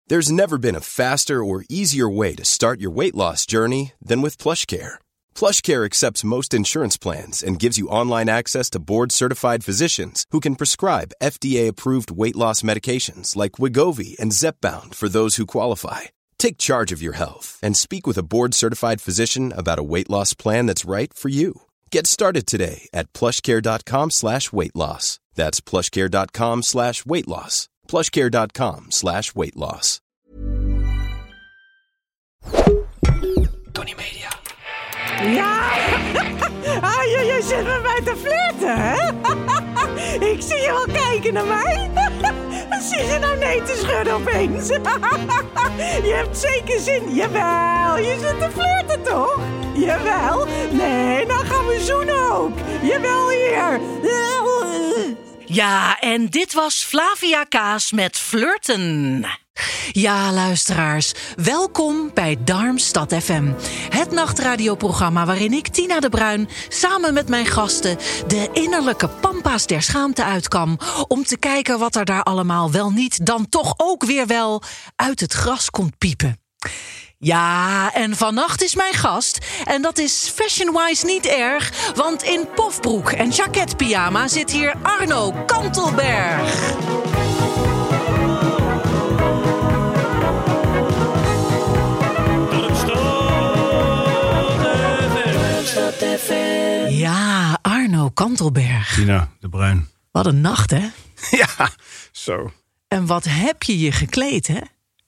There's never been a faster or easier way to start your weight loss journey than with PlushCare. PlushCare accepts most insurance plans and gives you online access to board-certified physicians who can prescribe FDA-approved weight loss medications like Wegovy and Zepbound for those who qualify. Take charge of your health and speak with a board-certified physician about a weight loss plan that's right for you. Get started today at plushcare.com/weightloss. That's plushcare.com/weightloss. plushcare.com/weightloss. Tony Media. Ja, je zit met mij te flirten, hè? Ik zie je wel kijken naar mij. Zie je nou nee te schudden opeens? Je hebt zeker zin. Jawel, je zit te flirten, toch? Jawel. Nee, dan gaan we zoenen ook. Jawel, hier. Ja, en dit was Flavia Kaas met Flirten. Ja, luisteraars, welkom bij Darmstad FM. Het nachtradioprogramma waarin ik, Tina de Bruin, samen met mijn gasten de innerlijke pampa's der schaamte uitkam om te kijken wat er daar allemaal wel niet, dan toch ook weer wel uit het gras komt piepen. Ja, en vannacht is mijn gast. En dat is fashion-wise niet erg, want in pofbroek en jacketpyjama zit hier Arno Kantelberg. Ja, Arno Kantelberg. Tina de Bruin. Wat een nacht, hè? Ja, zo. En wat heb je je gekleed, hè?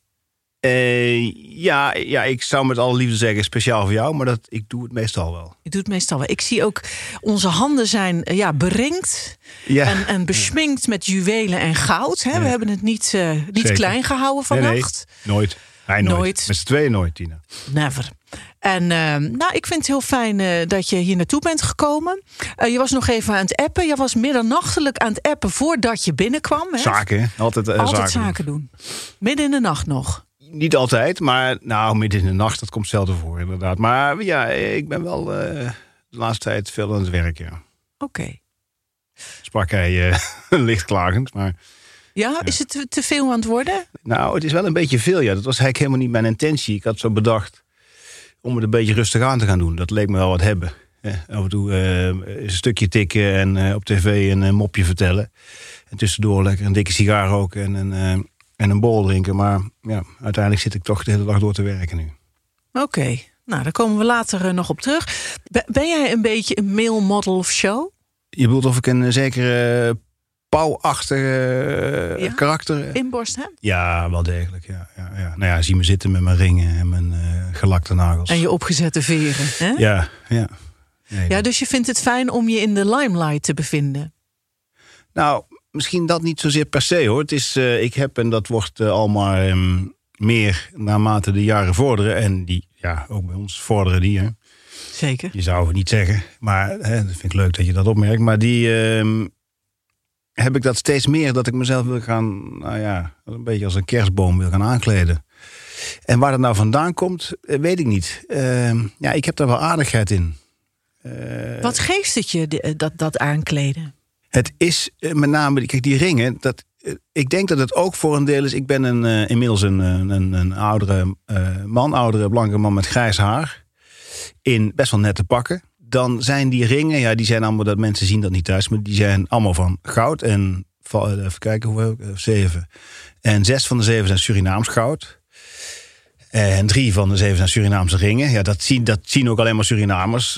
Ja, ik zou met alle liefde zeggen speciaal voor jou, maar ik doe het meestal wel. Je doet het meestal wel. Ik zie ook, onze handen zijn beringd en besminkt met juwelen en goud. Hè? Ja. We hebben het niet klein gehouden vannacht. Nee, nooit. Nooit. Met z'n tweeën nooit, Tina. Never. En ik vind het heel fijn dat je hier naartoe bent gekomen. Je was nog even aan het appen. Je was middernachtelijk aan het appen voordat je binnenkwam. Hè? Zaken, altijd zaken doen. Midden in de nacht nog. Niet altijd, maar midden in de nacht, dat komt zelden voor inderdaad. Maar ja, ik ben wel de laatste tijd veel aan het werk, ja. Oké. Sprak hij licht klagend, maar... Ja, is het te veel aan het worden? Nou, het is wel een beetje veel, ja. Dat was eigenlijk helemaal niet mijn intentie. Ik had zo bedacht om het een beetje rustig aan te gaan doen. Dat leek me wel wat hebben. Af en toe een stukje tikken en op tv een mopje vertellen. En tussendoor lekker een dikke sigaar roken en een borrel drinken. Maar ja, uiteindelijk zit ik toch de hele dag door te werken nu. Oké, nou daar komen we later nog op terug. Ben jij een beetje een male model of show? Je bedoelt of ik een zekere pauwachtige karakter... Inborst heb? Ja, wel degelijk, ja. Nou ja, zie me zitten met mijn ringen en mijn gelakte nagels. En je opgezette veren, hè? Ja. Nee, ja, dus je vindt het fijn om je in de limelight te bevinden? Nou, misschien dat niet zozeer per se, hoor. Het is, ik heb, en dat wordt al maar meer naarmate de jaren vorderen. En die, ook bij ons vorderen die, hè. Zeker. Je zou het niet zeggen, maar dat vind ik leuk dat je dat opmerkt. Maar die... heb ik dat steeds meer dat ik mezelf wil gaan, een beetje als een kerstboom wil gaan aankleden. En waar dat nou vandaan komt, weet ik niet. Ik heb daar wel aardigheid in. Wat geeft het je, dat aankleden? Het is met name, kijk, die ringen, ik denk dat het ook voor een deel is. Ik ben inmiddels een oudere blanke man met grijs haar. In best wel nette pakken. Dan zijn die ringen, die zijn allemaal, dat mensen zien dat niet thuis, maar die zijn allemaal van goud. En even kijken, hoeveel? 7. En 6 van de 7 zijn Surinaams goud. En 3 van de 7 zijn Surinaamse ringen. Ja, dat zien ook alleen maar Surinamers,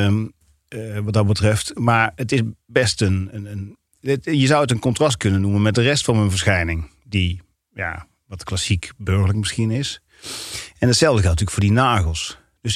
wat dat betreft. Maar het is best je zou het een contrast kunnen noemen met de rest van mijn verschijning. Die, wat klassiek burgerlijk misschien is. En hetzelfde geldt natuurlijk voor die nagels. Dus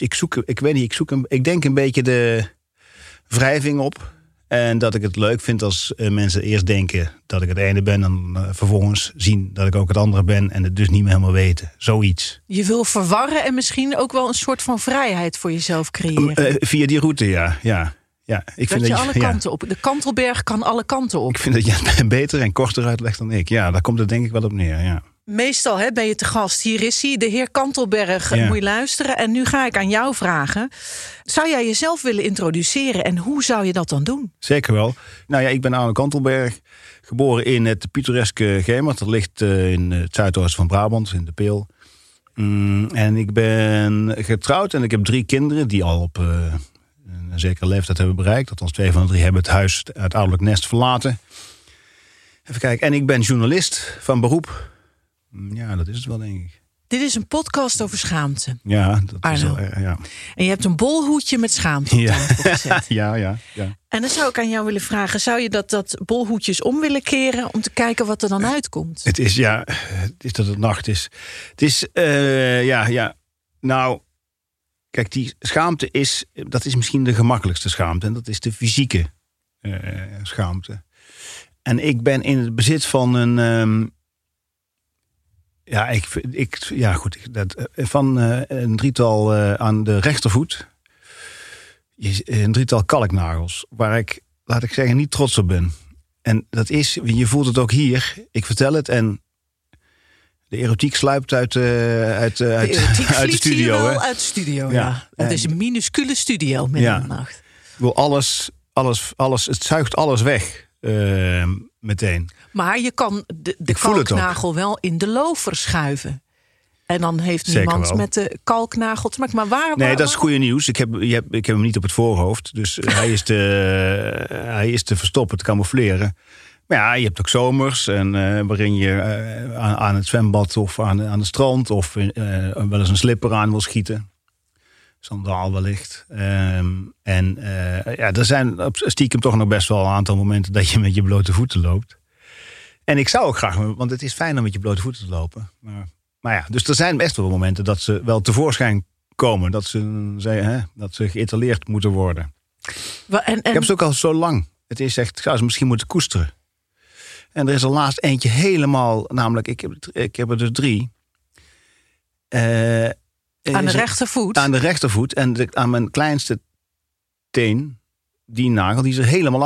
ik denk een beetje de wrijving op. En dat ik het leuk vind als mensen eerst denken dat ik het ene ben. En vervolgens zien dat ik ook het andere ben. En het dus niet meer helemaal weten. Zoiets. Je wil verwarren en misschien ook wel een soort van vrijheid voor jezelf creëren. Via die route, ja. Ik vind dat je alle kanten op. De Kantelberg kan alle kanten op. Ik vind dat je het beter en korter uitlegt dan ik. Ja, daar komt het denk ik wel op neer, ja. meestal ben je te gast. Hier is hij, de heer Kantelberg. Ja. Moet je luisteren. En nu ga ik aan jou vragen. Zou jij jezelf willen introduceren? En hoe zou je dat dan doen? Zeker wel. Nou ja, ik ben Arno Kantelberg. Geboren in het pittoreske Gemert. Dat ligt in het zuidoosten van Brabant, in de Peel. En ik ben getrouwd en ik heb 3 kinderen... die al op een zekere leeftijd hebben bereikt. Althans 2 van de 3 hebben het huis, het ouderlijk nest verlaten. Even kijken. En ik ben journalist van beroep. Ja, dat is het wel, denk ik. Dit is een podcast over schaamte. Ja, dat is Arno. wel, ja. En je hebt een bolhoedje met schaamte op tafel gezet. Ja. En dan zou ik aan jou willen vragen... zou je dat bolhoedjes om willen keren... om te kijken wat er dan uitkomt? Het is dat het nacht is. Het is, Nou, kijk, die schaamte dat is misschien de gemakkelijkste schaamte. En dat is de fysieke schaamte. En ik ben in het bezit van een... van een 3-tal aan de rechtervoet. Een 3-tal kalknagels. Waar ik, laat ik zeggen, niet trots op ben. En dat is, je voelt het ook hier. Ik vertel het en de erotiek sluipt uit de studio. Wel uit de studio, ja. Het is een minuscule studio midden in de nacht. Ik wil alles, het zuigt alles weg. Meteen. Maar je kan de kalknagel wel in de loof verschuiven. En dan heeft niemand met de kalknagel te maken. Maar nee, dat is goede nieuws. Ik heb hem niet op het voorhoofd. Dus hij is te verstoppen, te camoufleren. Maar ja, je hebt ook zomers. En waarin je aan het zwembad of aan het strand... of wel eens een slipper aan wil schieten. Sandaal wellicht. Er zijn stiekem toch nog best wel een aantal momenten... dat je met je blote voeten loopt. En ik zou ook graag... want het is fijn om met je blote voeten te lopen. Maar ja, dus er zijn best wel momenten... dat ze wel tevoorschijn komen. Dat ze geëtaleerd moeten worden. Ik heb ze ook al zo lang. Het is echt... ik zou ze misschien moeten koesteren. En er is er laatst eentje helemaal... namelijk, ik heb er dus 3... aan de rechtervoet? Aan de rechtervoet. En aan mijn kleinste teen, die nagel, die is er helemaal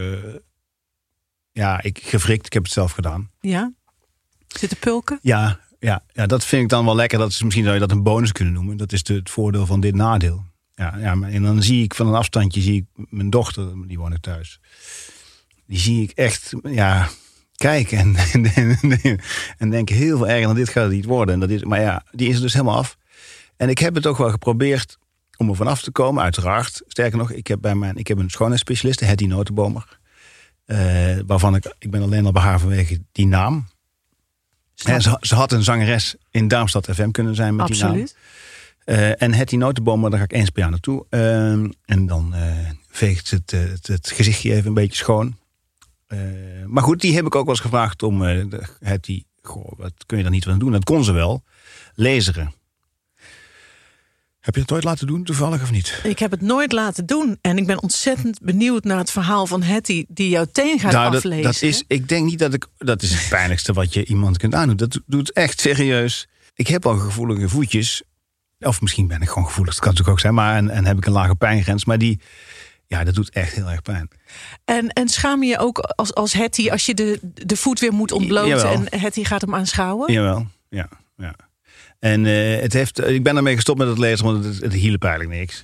gewrikt. Ik heb het zelf gedaan. Ja? Zitten pulken? Ja, dat vind ik dan wel lekker. Misschien zou je dat een bonus kunnen noemen. Dat is het voordeel van dit nadeel. Ja, en dan zie ik van een afstandje mijn dochter, die woont thuis. Die zie ik echt, kijken en denken heel veel erger dan dit gaat het niet worden. Maar ja, die is er dus helemaal af. En ik heb het ook wel geprobeerd om er vanaf te komen, uiteraard. Sterker nog, ik heb een schoonheidsspecialiste, Hetty Notenbomer. Waarvan ik ben alleen al bij haar vanwege die naam. Ze had een zangeres in Darmstad FM kunnen zijn met die naam. Absoluut. En Hetty Notenbomer, daar ga ik eens per jaar naartoe. En dan veegt ze het gezichtje even een beetje schoon. Maar goed, die heb ik ook wel eens gevraagd om Hetty... wat kun je daar niet van doen? Dat kon ze wel. Laseren. Heb je het nooit laten doen, toevallig of niet? Ik heb het nooit laten doen. En ik ben ontzettend benieuwd naar het verhaal van Hetty... die jouw teen gaat aflezen. Ik denk niet dat is het pijnlijkste wat je iemand kunt aandoen. Dat doet echt serieus. Ik heb al gevoelige voetjes. Of misschien ben ik gewoon gevoelig. Dat kan natuurlijk ook zijn. Maar en heb ik een lage pijngrens. Maar dat doet echt heel erg pijn. En schaam je ook als Hetty... als je de voet weer moet ontbloten... Jawel. En Hetty gaat hem aanschouwen? Jawel, ja. En ik ben ermee gestopt met het lezen, want het hielp eigenlijk niks.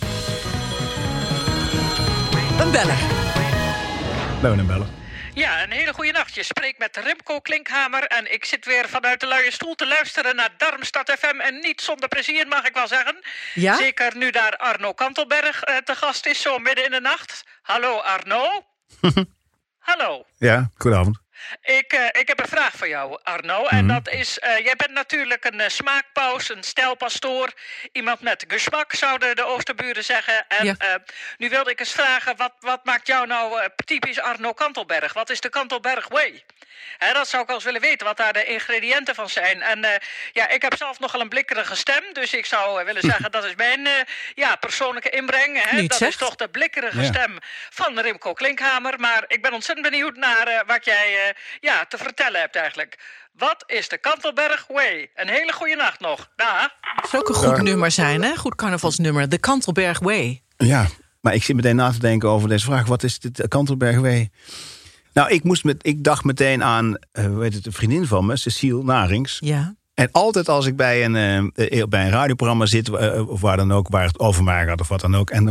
Een beller. We hebben een beller. Ja, een hele goede nacht. Je spreekt met Remco Klinkhamer en ik zit weer vanuit de luie stoel te luisteren naar Darmstad FM. En niet zonder plezier, mag ik wel zeggen. Ja? Zeker nu daar Arno Kantelberg te gast is, zo midden in de nacht. Hallo Arno. Hallo. Ja, goedenavond. Ik heb een vraag voor jou, Arno. En dat is, jij bent natuurlijk een smaakpaus, een stijlpastoor. Iemand met geschmack, zouden de Oosterburen zeggen. En nu wilde ik eens vragen, wat maakt jou nou typisch Arno Kantelberg? Wat is de Kantelberg Way? Dat zou ik wel eens willen weten, wat daar de ingrediënten van zijn. En ik heb zelf nogal een blikkerige stem. Dus ik zou willen zeggen, dat is mijn persoonlijke inbreng. Dat is toch de blikkerige stem van Remco Klinkhamer. Maar ik ben ontzettend benieuwd naar wat jij te vertellen hebt eigenlijk. Wat is de Kantelberg Way? Een hele goede nacht nog. Dag. Dat zou ook een goed nummer zijn, hè? Goed carnavalsnummer. De Kantelberg Way. Ja, maar ik zit meteen na te denken over deze vraag. Wat is de Kantelberg Way? Nou, ik dacht meteen aan een vriendin van me, Cecile Narings. Ja. En altijd als ik bij een radioprogramma zit, of waar dan ook, waar het over mij gaat of wat dan ook. En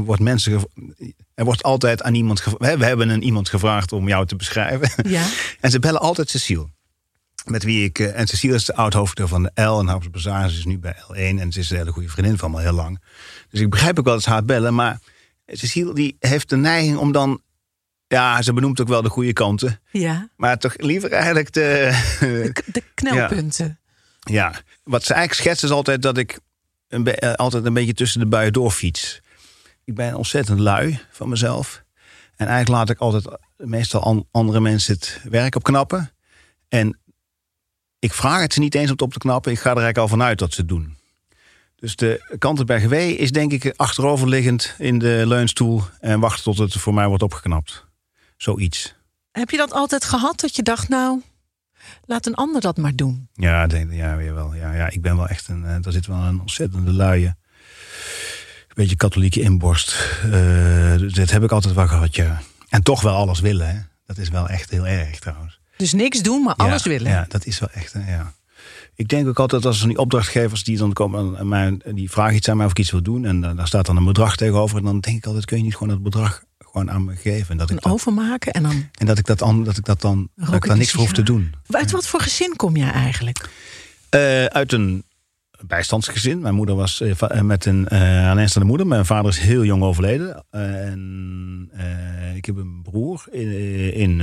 er wordt altijd aan iemand gevraagd. We hebben iemand gevraagd om jou te beschrijven. Ja. En ze bellen altijd Cecile. Met wie ik. En Cecile is de oud-hoofdredacteur van de L. En Harper's Bazaar. Ze is nu bij L1. En ze is een hele goede vriendin van me al heel lang. Dus ik begrijp ook wel dat ze haar bellen. Maar Cecile die heeft de neiging om dan. Ja, ze benoemt ook wel de goede kanten. Ja. Maar toch liever eigenlijk de knelpunten. Ja, wat ze eigenlijk schetst is altijd dat ik altijd een beetje tussen de buien doorfiets. Ik ben ontzettend lui van mezelf. En eigenlijk laat ik altijd meestal andere mensen het werk opknappen. En ik vraag het ze niet eens om het op te knappen. Ik ga er eigenlijk al vanuit dat ze het doen. Dus de Kantenberg W is denk ik achteroverliggend in de leunstoel en wachten tot het voor mij wordt opgeknapt. Zoiets. Heb je dat altijd gehad? Dat je dacht, nou, laat een ander dat maar doen? Ja, weer wel. Ja, ik ben wel echt daar zit wel een ontzettende luie, een beetje katholieke inborst. Dat heb ik altijd wel gehad, ja. En toch wel alles willen, hè. Dat is wel echt heel erg trouwens. Dus niks doen, maar alles willen. Ja, dat is wel echt, ja. Ik denk ook altijd als er die opdrachtgevers die dan komen aan mij, die vragen iets aan mij of ik iets wil doen. En daar staat dan een bedrag tegenover. En dan denk ik altijd, kun je niet gewoon dat bedrag gewoon aan me geven. En dat ik overmaken en dan. En dat ik daar niks voor hoef te doen. Uit wat voor gezin kom jij eigenlijk? Uit een bijstandsgezin. Mijn moeder was met een alleenstaande moeder. Mijn vader is heel jong overleden. En ik heb een broer in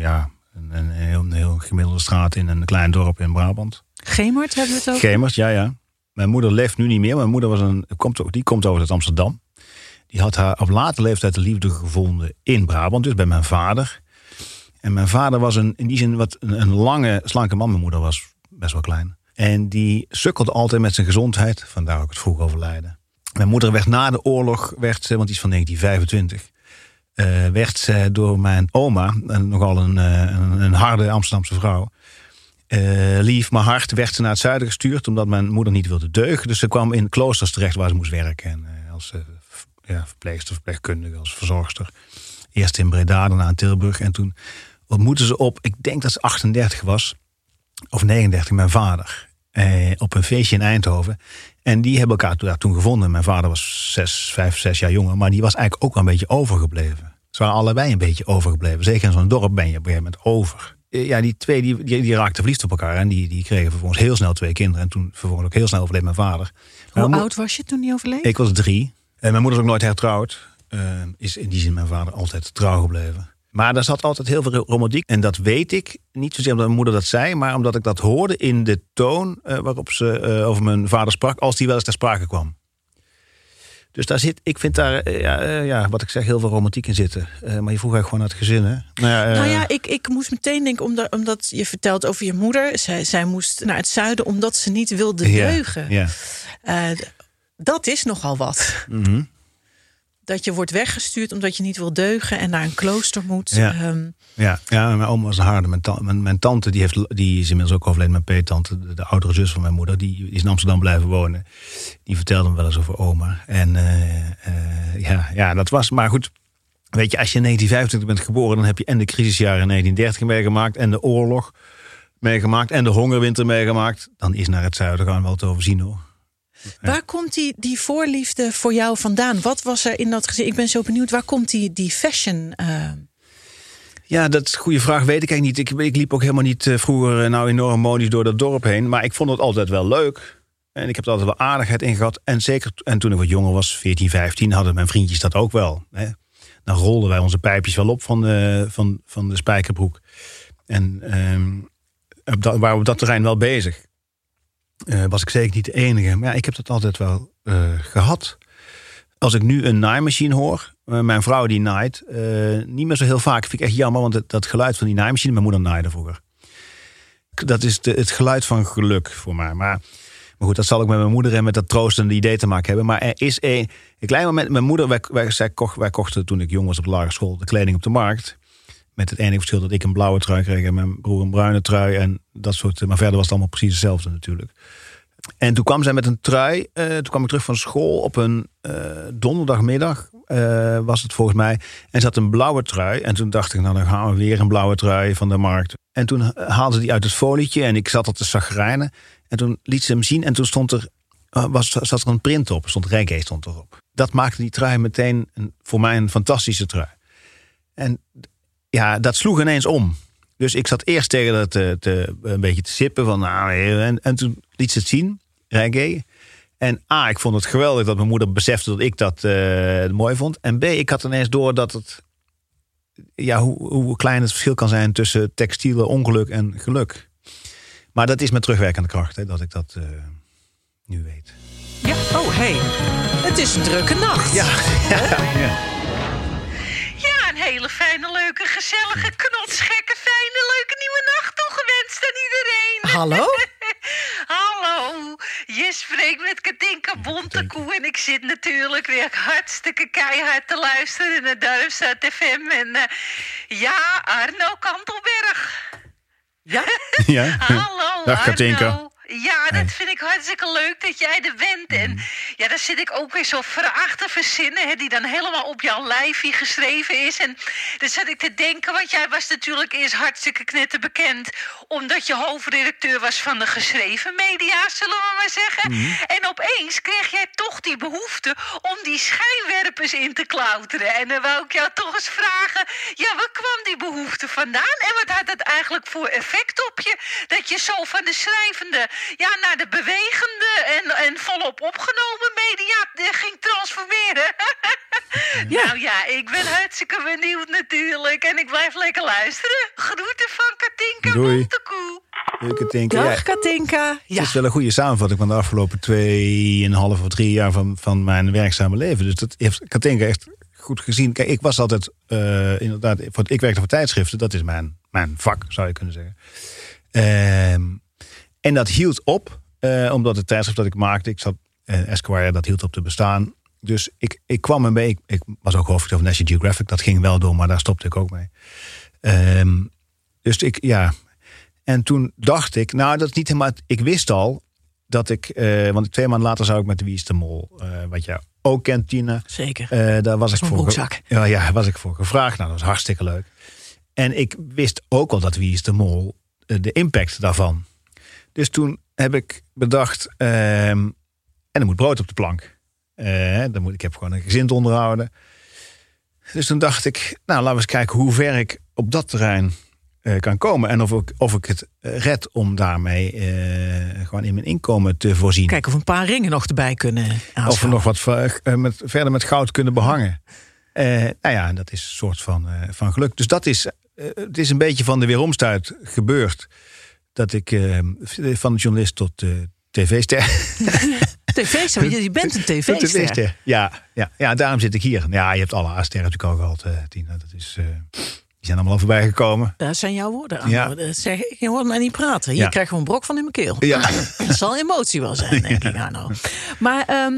een heel gemiddelde straat in een klein dorp in Brabant. Gemert hebben we het over? Gemert, ja. Mijn moeder leeft nu niet meer. Mijn moeder komt over uit Amsterdam. Die had haar op late leeftijd de liefde gevonden in Brabant, dus bij mijn vader. En mijn vader was in die zin een lange, slanke man. Mijn moeder was best wel klein. En die sukkelde altijd met zijn gezondheid. Vandaar ook het vroeg overlijden. Mijn moeder werd na de oorlog, want die is van 1925... werd ze door mijn oma, nogal een harde Amsterdamse vrouw, lief maar hard, werd ze naar het zuiden gestuurd omdat mijn moeder niet wilde deugen. Dus ze kwam in kloosters terecht waar ze moest werken. En als verpleegster, verpleegkundige, als verzorgster. Eerst in Breda, daarna in Tilburg. En toen ontmoette ze ik denk dat ze 38 was, of 39, mijn vader. Op een feestje in Eindhoven. En die hebben elkaar toen gevonden. Mijn vader was 5, 6 jaar jonger. Maar die was eigenlijk ook wel een beetje overgebleven. Ze waren allebei een beetje overgebleven. Zeker in zo'n dorp ben je op een gegeven moment over. Ja, die twee die raakten verliefd op elkaar. En die kregen vervolgens heel snel 2 kinderen. En toen vervolgens ook heel snel overleed mijn vader. Hoe oud was je toen die overleed? Ik was 3. En mijn moeder is ook nooit hertrouwd. Is in die zin mijn vader altijd trouw gebleven. Maar daar zat altijd heel veel romantiek. En dat weet ik. Niet zozeer omdat mijn moeder dat zei. Maar omdat ik dat hoorde in de toon waarop ze over mijn vader sprak. Als die wel eens ter sprake kwam. Dus ik vind daar, wat ik zeg, heel veel romantiek in zitten. Maar je vroeg eigenlijk gewoon naar het gezin, hè? Ik moest meteen denken, omdat je vertelt over je moeder. Zij moest naar het zuiden omdat ze niet wilde deugen. Ja. Dat is nogal wat. Mm-hmm. Dat je wordt weggestuurd omdat je niet wil deugen en naar een klooster moet. Ja, mijn oma was een harde. Mijn tante, die is inmiddels ook overleden. Mijn peettante, de oudere zus van mijn moeder, die is in Amsterdam blijven wonen. Die vertelde me wel eens over oma. En dat was, maar goed. Weet je, als je in 1925 bent geboren, dan heb je en de crisisjaren in 1930 meegemaakt en de oorlog meegemaakt en de hongerwinter meegemaakt. Dan is naar het zuiden gaan wel te overzien, hoor. Ja. Waar komt die voorliefde voor jou vandaan? Wat was er in dat gezin? Ik ben zo benieuwd, waar komt die fashion? Ja, dat is een goede vraag, weet ik eigenlijk niet. Ik liep ook helemaal niet vroeger enorm modisch door dat dorp heen. Maar ik vond het altijd wel leuk. En ik heb er altijd wel aardigheid in gehad. En zeker, en toen ik wat jonger was, 14, 15, hadden mijn vriendjes dat ook wel. Hè. Dan rolden wij onze pijpjes wel op van de spijkerbroek. En waren we op dat terrein wel bezig. Was ik zeker niet de enige. Maar ja, ik heb dat altijd wel gehad. Als ik nu een naaimachine hoor, mijn vrouw die naait, niet meer zo heel vaak, vind ik echt jammer, want dat geluid van die naaimachine, mijn moeder naaide vroeger. Dat is het geluid van geluk voor mij. Maar goed, dat zal ook met mijn moeder en met dat troostende idee te maken hebben. Maar er is een klein moment, mijn moeder, wij kochten toen ik jong was op de lagere school de kleding op de markt. Met het enige verschil dat ik een blauwe trui kreeg en mijn broer een bruine trui. En dat soort, maar verder was het allemaal precies hetzelfde natuurlijk. En toen kwam zij met een trui. Toen kwam ik terug van school op een donderdagmiddag. was het volgens mij. En zat een blauwe trui. En toen dacht ik, nou dan gaan we weer een blauwe trui van de markt. En toen haalde ze die uit het folietje. En ik zat er te chagrijnen. En toen liet ze hem zien. En toen zat er een print op. Reggae stond erop. Dat maakte die trui meteen voor mij een fantastische trui. En ja, dat sloeg ineens om. Dus ik zat eerst tegen dat een beetje te sippen. Van, en toen liet ze het zien. Reggae. En A, ik vond het geweldig dat mijn moeder besefte dat ik dat mooi vond. En B, ik had ineens door dat het... Ja, hoe klein het verschil kan zijn tussen textiele ongeluk en geluk. Maar dat is met terugwerkende kracht, hè, dat ik dat nu weet. Ja, het is een drukke nacht. Ja. Ja, een hele fijne, leuke, gezellige, knotsgekke, fijne, leuke nieuwe nacht toegewenst aan iedereen. Hallo? Hallo, je spreekt met Katinka Bontekoe en ik zit natuurlijk weer hartstikke keihard te luisteren naar Darmstad FM. En ja, Arno Kantelberg. Ja? Ja. Hallo, Dag Katinka. Arno. Ja, dat vind ik hartstikke leuk dat jij er bent. En ja, daar zit ik ook weer zo vragen te verzinnen, hè, die dan helemaal op jouw lijfje geschreven is. En dan zat ik te denken, want jij was natuurlijk eerst hartstikke knetterbekend, omdat je hoofdredacteur was van de geschreven media, zullen we maar zeggen. En opeens kreeg jij toch die behoefte om die schijnwerpers in te klauteren. En dan wou ik jou toch eens vragen, ja, waar kwam die behoefte vandaan? En wat had het eigenlijk voor effect op je, dat je zo van de schrijvende naar de bewegende en volop opgenomen media ging transformeren? Ja. Nou ja, ik ben hartstikke benieuwd natuurlijk. En ik blijf lekker luisteren. Groeten van Katinka Bontekoe. Doei Katinka. Dag Katinka. Ja. Dat is wel een goede samenvatting van de afgelopen 2,5 of 3 jaar van mijn werkzame leven. Dus dat heeft Katinka echt goed gezien. Kijk, ik was altijd inderdaad, ik werkte voor tijdschriften. Dat is mijn vak, zou je kunnen zeggen. En dat hield op, omdat het tijdschrift dat ik maakte, Esquire, dat hield op te bestaan. Dus ik kwam een beetje, ik was ook hoofdredacteur van National Geographic, dat ging wel door, maar daar stopte ik ook mee. Dus en toen dacht ik, nou dat is niet helemaal, ik wist al dat ik, want 2 maanden later zou ik met Wie is de Mol, wat jij ook kent, Tina. Zeker. Daar was ik voor. Broekzak. Was ik voor gevraagd. Nou, dat was hartstikke leuk. En ik wist ook al dat Wie is de Mol, de impact daarvan. Dus toen heb ik bedacht, en er moet brood op de plank. Ik heb gewoon een gezin te onderhouden. Dus toen dacht ik, nou laten we eens kijken hoe ver ik op dat terrein kan komen. En of ik het red om daarmee gewoon in mijn inkomen te voorzien. Kijk of een paar ringen nog erbij kunnen aanschaffen. Of we nog wat verder met goud kunnen behangen. Dat is een soort van geluk. Dus het is een beetje van de weeromstuit gebeurd. Dat ik van de journalist tot tv-ster. TV-ster? Je bent een tv-ster. Ja, daarom zit ik hier. Ja, je hebt alle A-sterren natuurlijk al gehad, Tina. Dat is, die zijn allemaal al voorbij gekomen. Daar zijn jouw woorden aan. Ja. Je hoort mij niet praten. Je krijgt gewoon brok van in mijn keel. Ja. Dat zal emotie wel zijn, denk ik, Arno. Maar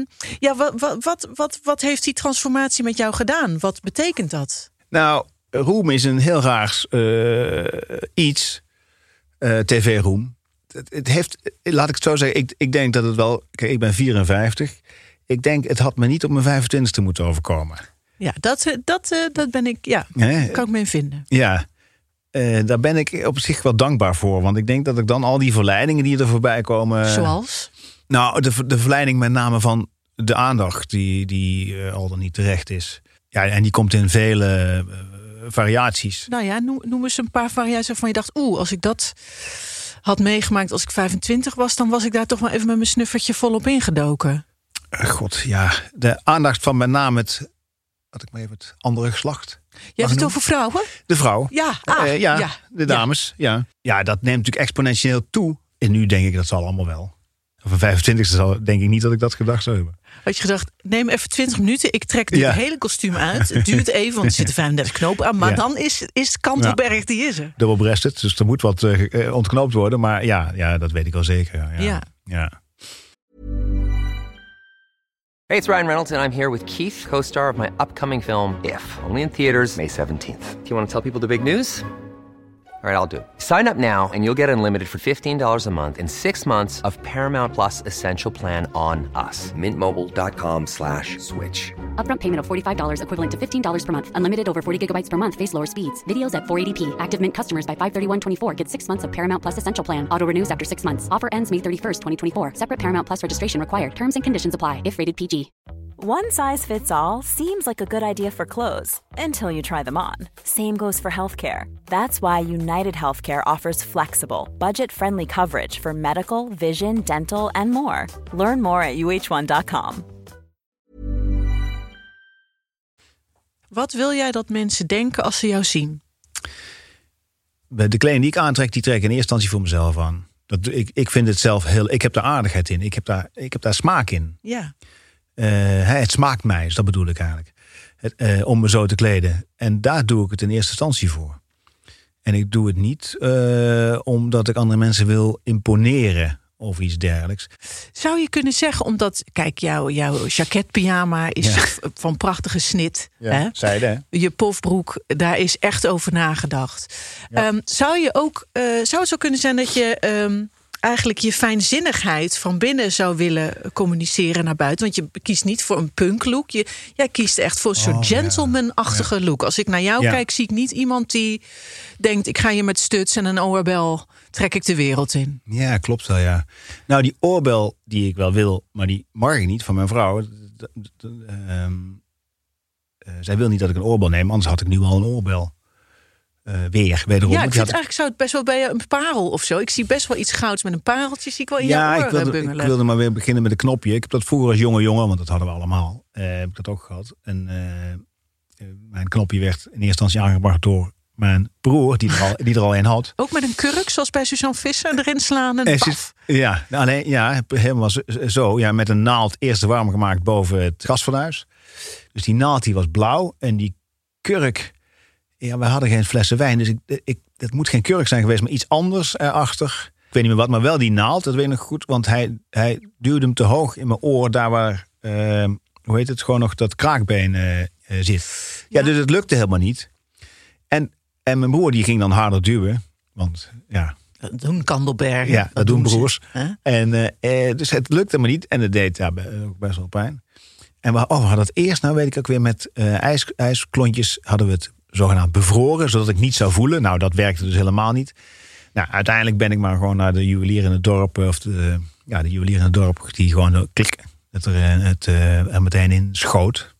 wat heeft die transformatie met jou gedaan? Wat betekent dat? Nou, roem is een heel raar iets... TV-roem. Het heeft, laat ik het zo zeggen, ik denk dat het wel... Kijk, ik ben 54. Ik denk, het had me niet op mijn 25e moeten overkomen. Ja, dat ben ik, kan ik me in vinden. Ja, daar ben ik op zich wel dankbaar voor. Want ik denk dat ik dan al die verleidingen die er voorbij komen... Zoals? Nou, de verleiding met name van de aandacht die al dan niet terecht is. Ja, en die komt in vele... variaties. Nou ja, noem eens een paar variaties waarvan je dacht... als ik dat had meegemaakt als ik 25 was... dan was ik daar toch wel even met mijn snuffertje volop ingedoken. God, ja. De aandacht van met name het andere geslacht. Je hebt het over vrouwen? De vrouw. Ja, de dames. Ja, dat neemt natuurlijk exponentieel toe. En nu denk ik dat zal allemaal wel. Of een 25e denk ik niet dat ik dat gedacht zou hebben. Had je gedacht, neem even 20 minuten. Ik trek dit hele kostuum uit. Het duurt even, want er zitten 35 knopen aan. Maar dan is Kantelberg, die is er. Dubbelbreasted, dus er moet wat ontknoopt worden. Maar ja, dat weet ik wel zeker. Ja. Hey, it's Ryan Reynolds, and I'm here with Keith, co-star of my upcoming film, If, only in theaters May 17th. Do you want to tell people the big news? All right, I'll do it. Sign up now and you'll get unlimited for $15 a month and 6 months of Paramount Plus Essential Plan on us. mintmobile.com/switch. Upfront payment of $45 equivalent to $15 per month. Unlimited over 40 gigabytes per month. Face lower speeds. Videos at 480p. Active Mint customers by 531.24 get 6 months of Paramount Plus Essential Plan. Auto renews after 6 months. Offer ends May 31st, 2024. Separate Paramount Plus registration required. Terms and conditions apply if rated PG. One size fits all seems like a good idea for clothes until you try them on. Same goes for healthcare. That's why United Healthcare offers flexible, budget-friendly coverage for medical, vision, dental, and more. Learn more at uh1.com. Wat wil jij dat mensen denken als ze jou zien? De kleding die ik aantrek, die trek ik in eerste instantie voor mezelf aan. Ik vind het zelf heel... Ik heb daar aardigheid in. Ik heb daar smaak in. Ja. Het smaakt mij, dus dat bedoel ik eigenlijk. Om me zo te kleden. En daar doe ik het in eerste instantie voor. En ik doe het niet omdat ik andere mensen wil imponeren of iets dergelijks. Zou je kunnen zeggen, omdat, kijk, jouw jacketpyjama is van prachtige snit. Ja, hè? zijde, hè? Je pofbroek, daar is echt over nagedacht. Ja. Zou het zo kunnen zijn dat je eigenlijk je fijnzinnigheid van binnen zou willen communiceren naar buiten? Want je kiest niet voor een punklook. Jij kiest echt voor een soort gentleman-achtige look. Als ik naar jou kijk, zie ik niet iemand die denkt, ik ga hier met studs en een oorbel, trek ik de wereld in. Ja, klopt wel, ja. Nou, die oorbel die ik wel wil, maar die mag ik niet van mijn vrouw. Zij wil niet dat ik een oorbel neem, anders had ik nu al een oorbel. Wederom. Ja, ik vind eigenlijk zou het best wel bij een parel of zo. Ik zie best wel iets gouds met een pareltje. Zie ik wel in jouw oor bungelen. Ik wilde maar weer beginnen met een knopje. Ik heb dat vroeger als jonge jongen, want dat hadden we allemaal. Heb ik dat ook gehad. En mijn knopje werd in eerste instantie aangebracht door mijn broer, die er al een had. Ook met een kurk, zoals bij Suzanne Visser, erin slaan en paf. Ja, alleen helemaal zo. Ja, met een naald eerst warm gemaakt boven het gasfornuis. Dus die naald die was blauw en die kurk. Ja, we hadden geen flessen wijn, dus het moet geen kurk zijn geweest, maar iets anders erachter. Ik weet niet meer wat, maar wel die naald, dat weet ik nog goed. Want hij duwde hem te hoog in mijn oor, daar waar, hoe heet het, gewoon nog dat kraakbeen zit. Ja, dus het lukte helemaal niet. En mijn broer die ging dan harder duwen, want ja. Dat doen Kandelbergen. Ja, dat doen broers. Huh? En dus het lukte maar niet en het deed ook best wel pijn. En we hadden het eerst, nou weet ik ook weer, met ijsklontjes hadden we het zogenaamd bevroren, zodat ik niet zou voelen. Nou, dat werkte dus helemaal niet. Nou, uiteindelijk ben ik maar gewoon naar de juwelier in het dorp, de juwelier in het dorp, die gewoon klik, dat er meteen in schoot.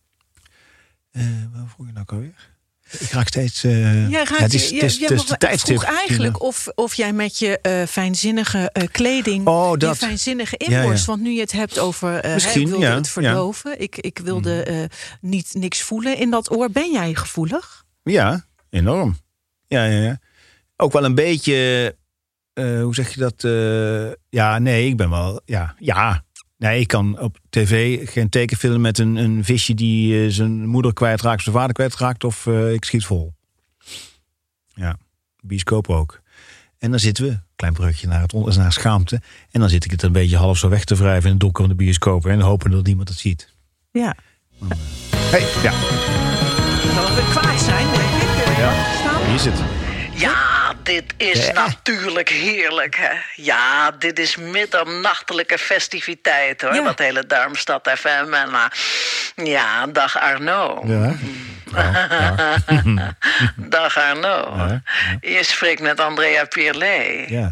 Wat vroeg je nou alweer? Ik raak steeds. Het is de tijdstip. Vroeg eigenlijk of jij met je fijnzinnige kleding, die fijnzinnige inborst. Want nu je het hebt over, ik wilde het verdoven. Ja. Ik wilde niks voelen in dat oor. Ben jij gevoelig? Ja, enorm. Ja. Ook wel een beetje, hoe zeg je dat? Ik ben wel, ja. Nee, ik kan op tv geen tekenfilm met een visje die zijn moeder kwijtraakt, zijn vader kwijtraakt, of ik schiet vol. Ja, bioscoop ook. En dan zitten we, klein brugje naar schaamte. En dan zit ik het een beetje half zo weg te wrijven in het donker van de bioscoop en hopen dat niemand het ziet. Ja. Ja. Dat we kwaad zijn, denk ik. Wie is het? Ja, dit is natuurlijk heerlijk, hè. Ja, dit is middernachtelijke festiviteit, hoor. Dat hele Darmstad FM. En dag Arno. Ja. Dag Arno. Ja. Je spreekt met Andrea Pierlet. Ja.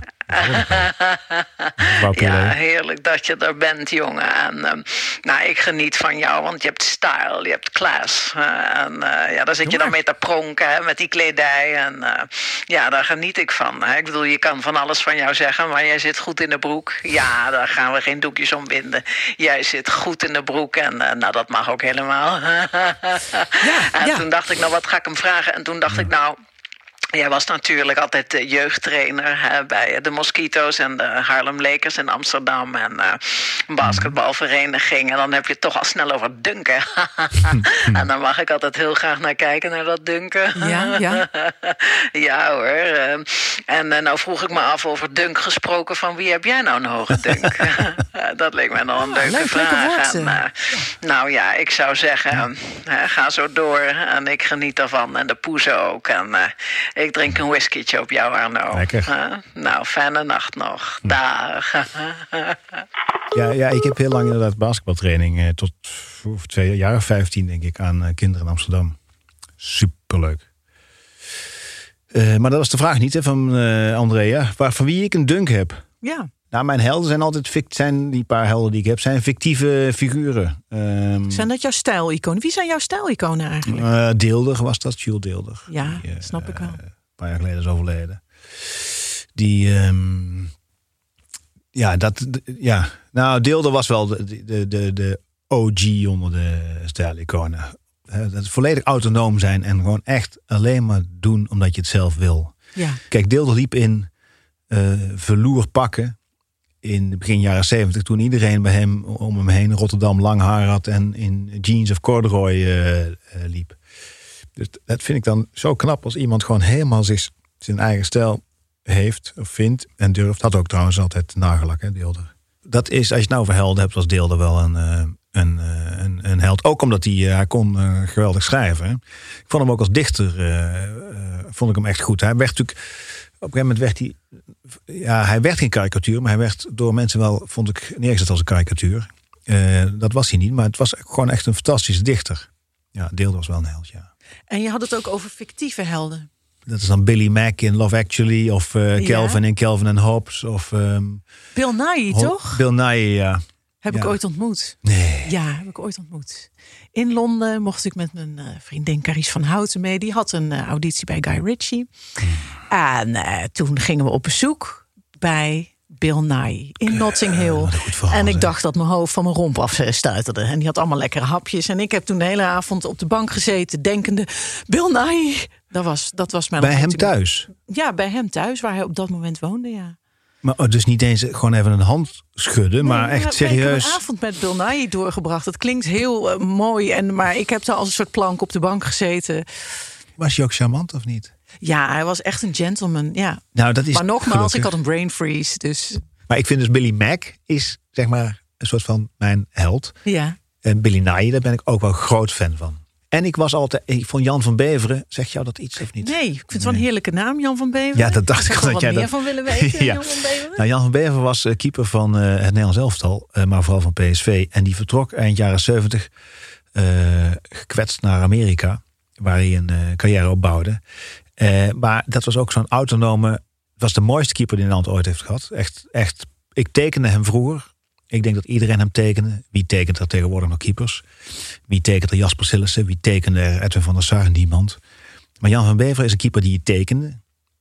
Ja, heerlijk dat je er bent, jongen. En ik geniet van jou, want je hebt style, je hebt class. Daar zit je dan mee te pronken, hè, met die kledij. En daar geniet ik van. Hè. Ik bedoel, je kan van alles van jou zeggen, maar jij zit goed in de broek. Ja, daar gaan we geen doekjes om binden. Jij zit goed in de broek en dat mag ook helemaal. Toen dacht ik, wat ga ik hem vragen? En toen dacht ik, jij was natuurlijk altijd jeugdtrainer bij de Mosquito's en de Harlem Lakers in Amsterdam en een basketbalvereniging. En dan heb je het toch al snel over dunken. En daar mag ik altijd heel graag naar kijken, naar dat dunken. Ja. Ja hoor. En nou vroeg ik me af over dunk gesproken, van wie heb jij nou een hoge dunk? dat leek me nog een leuke vraag. Nou ja, ik zou zeggen, ga zo door. En ik geniet ervan. En de poezen ook. En ik drink een whiskietje op jou, Arno. Lekker. Nou, fijne nacht nog. Dag. Ja, ik heb heel lang inderdaad basketbaltraining. Tot 2 jaar of 15, denk ik, aan kinderen in Amsterdam. Superleuk. Maar dat was de vraag niet, hè, van Andrea. Van wie ik een dunk heb. Ja. Nou, mijn helden zijn altijd die paar helden die ik heb, zijn fictieve figuren. Zijn dat jouw stijliconen? Wie zijn jouw stijliconen eigenlijk? Deelder was dat, Jules Deelder. Ja, snap ik wel. Een paar jaar geleden is overleden. Die, Nou, Deelder was wel de OG onder de stijliconen. Dat volledig autonoom zijn en gewoon echt alleen maar doen omdat je het zelf wil. Ja. Kijk, Deelder liep in velour pakken in de begin jaren 70, toen iedereen bij hem om hem heen in Rotterdam lang haar had en in jeans of corduroy liep. Dus dat vind ik dan zo knap als iemand gewoon helemaal zijn eigen stijl heeft of vindt en durft. Had ook trouwens altijd nagellak, hè, Deelder. Dat is, als je het nou over helden hebt, was Deelder wel een held. Ook omdat hij kon geweldig schrijven. Hè. Ik vond hem ook als dichter vond ik hem echt goed. Hij werd natuurlijk, op een gegeven moment werd hij... Ja, hij werd geen karikatuur, maar hij werd door mensen wel, vond ik, neergezet als een karikatuur. Dat was hij niet, maar het was gewoon echt een fantastische dichter. Ja, Deelder was wel een held, ja. En je had het ook over fictieve helden. Dat is dan Billy Mack in Love Actually, of Calvin in Calvin and Hobbes. Of, Bill Nighy, toch? Bill Nighy, ja. Heb ik ooit ontmoet. Nee. Ja, heb ik ooit ontmoet. In Londen mocht ik met mijn vriendin Carice van Houten mee. Die had een auditie bij Guy Ritchie. En toen gingen we op bezoek bij Bill Nighy in Notting Hill. En ik dacht dat mijn hoofd van mijn romp afstuiterde. En die had allemaal lekkere hapjes. En ik heb toen de hele avond op de bank gezeten, denkende, Bill Nighy. Dat was mijn bij hem thuis? Ja, bij hem thuis, waar hij op dat moment woonde, ja. Maar dus niet eens gewoon even een hand schudden, maar echt serieus. Ik heb een avond met Bill Nighy doorgebracht. Dat klinkt heel mooi, maar ik heb daar als een soort plank op de bank gezeten. Was hij ook charmant of niet? Ja, hij was echt een gentleman, ja. Nou, dat is maar nogmaals, gelukkig. ik had een brain freeze, dus... Maar ik vind dus Billy Mack is, zeg maar, een soort van mijn held. Ja. En Billy Nighy, daar ben ik ook wel groot fan van. En ik vond Jan van Beveren, zeg jou dat iets of niet? Nee, ik vind het wel een heerlijke naam, Jan van Beveren. Ja, dat dacht ik al. Ik had er wat meer van willen weten, ja. Jan van Beveren. Nou, Jan van Beveren was keeper van het Nederlands elftal, maar vooral van PSV. En die vertrok eind jaren 70 gekwetst naar Amerika, waar hij een carrière opbouwde. Maar dat was ook zo'n autonome... Het was de mooiste keeper die Nederland ooit heeft gehad. Echt. Ik tekende hem vroeger. Ik denk dat iedereen hem tekende. Wie tekent er tegenwoordig nog keepers? Wie tekent er Jasper Sillissen? Wie tekende er Edwin van der Sar? Niemand. Maar Jan van Beveren is een keeper die je tekende.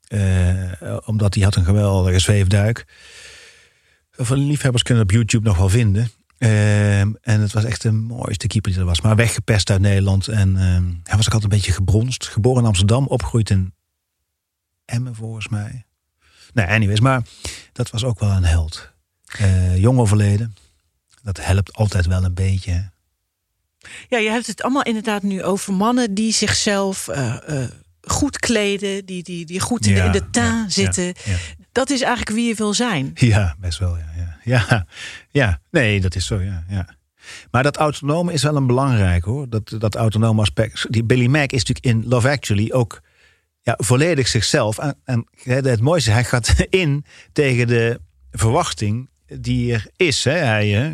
Omdat hij had een geweldige zweefduik. Van liefhebbers kunnen op YouTube nog wel vinden. En het was echt de mooiste keeper die er was. Maar weggepest uit Nederland. En hij was ook altijd een beetje gebronst. Geboren in Amsterdam, opgegroeid in Emmen volgens mij. Nee, anyways. Maar dat was ook wel een held. Jong overleden. Dat helpt altijd wel een beetje. Ja, je hebt het allemaal inderdaad nu over mannen die zichzelf goed kleden. Die goed in de taan zitten. Ja. Dat is eigenlijk wie je wil zijn. Ja, best wel. Ja. Nee, dat is zo, ja. Maar dat autonome is wel een belangrijk, hoor. Dat autonome aspect. Die Billy Mack is natuurlijk in Love Actually ook volledig zichzelf. En het mooiste, hij gaat in tegen de verwachting die er is. Hè.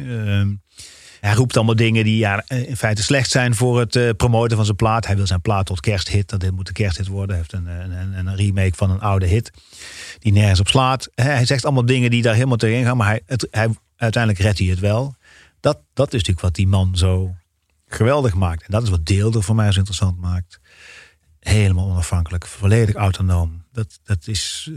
Hij roept allemaal dingen die in feite slecht zijn voor het promoten van zijn plaat. Hij wil zijn plaat tot kersthit. Dat dit moet een kersthit worden. Hij heeft een remake van een oude hit die nergens op slaat. Hij zegt allemaal dingen die daar helemaal tegenin gaan. Maar uiteindelijk redt hij het wel. Dat is natuurlijk wat die man zo geweldig maakt. En dat is wat Deelder voor mij zo interessant maakt. Helemaal onafhankelijk. Volledig autonoom. Dat is,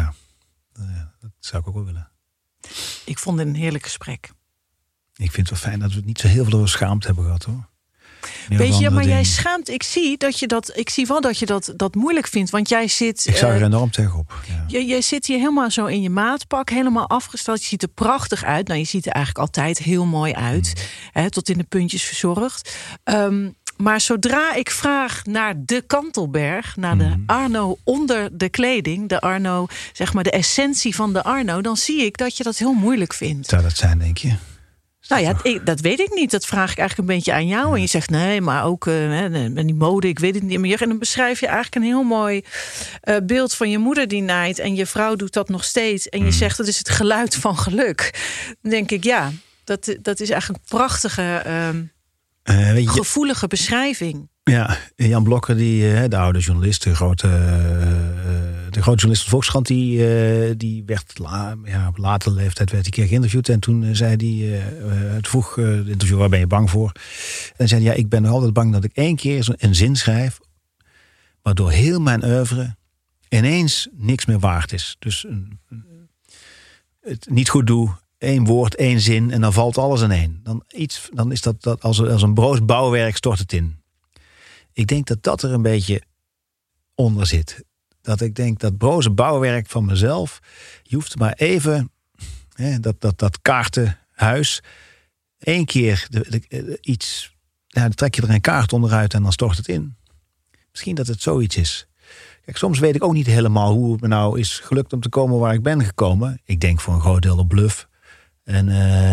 dat zou ik ook wel willen. Ik vond het een heerlijk gesprek. Ik vind het wel fijn dat we het niet zo heel veel over schaamte hebben gehad, hoor. Weet je, maar jij schaamt. Ik zie wel dat je dat moeilijk vindt. Want jij zit... Ik zag er enorm tegenop. Ja. Jij zit hier helemaal zo in je maatpak. Helemaal afgesteld. Je ziet er prachtig uit. Nou, je ziet er eigenlijk altijd heel mooi uit. Tot in de puntjes verzorgd. Maar zodra ik vraag naar de Kantelberg, naar de Arno onder de kleding, de Arno, zeg maar de essentie van de Arno, dan zie ik dat je dat heel moeilijk vindt. Zou dat zijn, denk je? Nou ja, dat weet ik niet. Dat vraag ik eigenlijk een beetje aan jou. Ja. En je zegt nee, maar ook die mode, ik weet het niet meer. En dan beschrijf je eigenlijk een heel mooi beeld van je moeder die naait. En je vrouw doet dat nog steeds. En je zegt dat is het geluid van geluk. Dan denk ik, ja, dat is eigenlijk een prachtige, gevoelige beschrijving. Ja, Jan Blokker, de oude journalist, de grote journalist van de Volkskrant, die werd op latere leeftijd werd een keer geïnterviewd. En toen zei hij, het vroeg het interview, waar ben je bang voor? En zei hij, ik ben nog altijd bang dat ik 1 keer een zin schrijf, waardoor heel mijn oeuvre ineens niks meer waard is. Dus het niet goed doe, 1 woord, 1 zin en dan valt alles in één. Dan is dat als een broos bouwwerk stort het in. Ik denk dat er een beetje onder zit. Dat ik denk dat broze bouwwerk van mezelf, je hoeft maar even dat kaartenhuis 1 keer iets, dan trek je er een kaart onderuit en dan stort het in. Misschien dat het zoiets is. Kijk, soms weet ik ook niet helemaal hoe het me nou is gelukt om te komen waar ik ben gekomen. Ik denk voor een groot deel op bluff en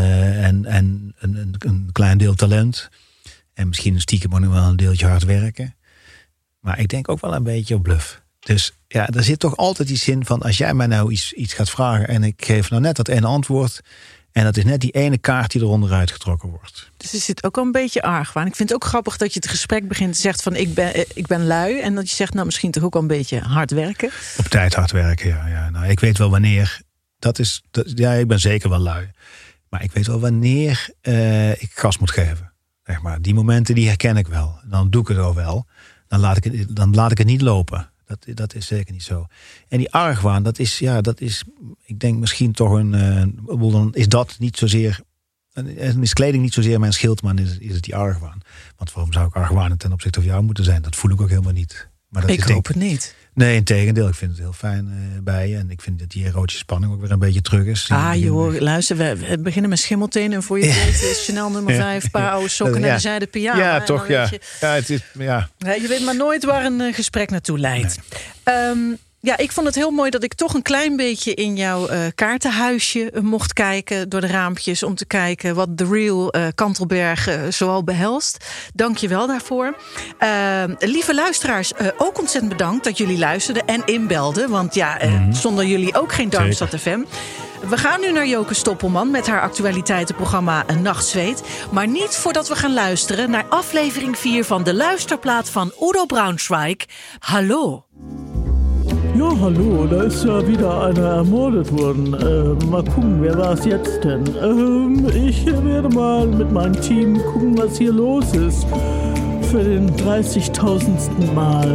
een klein deel talent. En misschien stiekem ook nog wel een deeltje hard werken. Maar ik denk ook wel een beetje op bluff. Dus ja, er zit toch altijd die zin van, als jij mij nou iets gaat vragen en ik geef nou net dat ene antwoord, en dat is net die ene kaart die er onderuit getrokken wordt. Dus er zit ook wel een beetje argwaan. Ik vind het ook grappig dat je het gesprek begint te zeggen van ik ben lui. En dat je zegt, nou misschien toch ook wel een beetje hard werken. Op tijd hard werken, ja. Nou, ik weet wel wanneer. Ik ben zeker wel lui. Maar ik weet wel wanneer ik gas moet geven. Zeg maar, die momenten die herken ik wel. Dan doe ik het ook wel. Dan laat ik het niet lopen. Dat is zeker niet zo. En die argwaan, dat is, ik denk misschien toch dan is dat niet zozeer, is kleding niet zozeer mijn schild, maar is het die argwaan. Want waarom zou ik argwaan ten opzichte van jou moeten zijn? Dat voel ik ook helemaal niet. Maar dat ik hoop het niet. Nee, integendeel. Ik vind het heel fijn bij je. En ik vind dat die erotische spanning ook weer een beetje terug is. Luister, we beginnen met schimmeltenen. En voor je weet is Chanel nummer 5, paar oude sokken en een zijden pyjama. Ja, toch, ja. Je weet maar nooit waar een gesprek naartoe leidt. Nee. Ik vond het heel mooi dat ik toch een klein beetje in jouw kaartenhuisje mocht kijken door de raampjes, om te kijken wat de real Kantelberg zoal behelst. Dank je wel daarvoor. Lieve luisteraars, ook ontzettend bedankt dat jullie luisterden en inbelden. Want zonder jullie ook geen Darmstad FM. We gaan nu naar Joke Stoppelman met haar actualiteitenprogramma Een Nachtzweet. Maar niet voordat we gaan luisteren naar aflevering 4 van de luisterplaat van Udo Braunschweig. Hallo. Ja, hallo, da ist ja wieder einer ermordet worden. Mal gucken, wer war es jetzt denn? Ich werde mal mit meinem Team gucken, was hier los ist. Für den 30.000. Mal.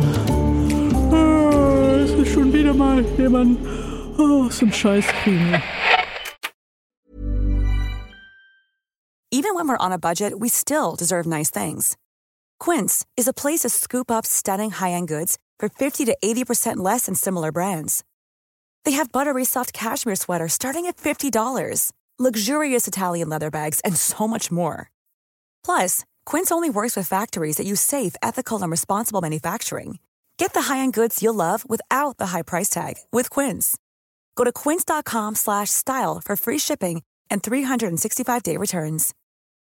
Es ist schon wieder mal jemand... Oh, so ein Scheißkrieg. Even when we're on a budget, we still deserve nice things. Quince is a place to scoop up stunning high-end goods for 50 to 80% less than similar brands. They have buttery soft cashmere sweaters starting at $50, luxurious Italian leather bags, and so much more. Plus, Quince only works with factories that use safe, ethical, and responsible manufacturing. Get the high-end goods you'll love without the high price tag with Quince. Go to quince.com/style for free shipping and 365-day returns.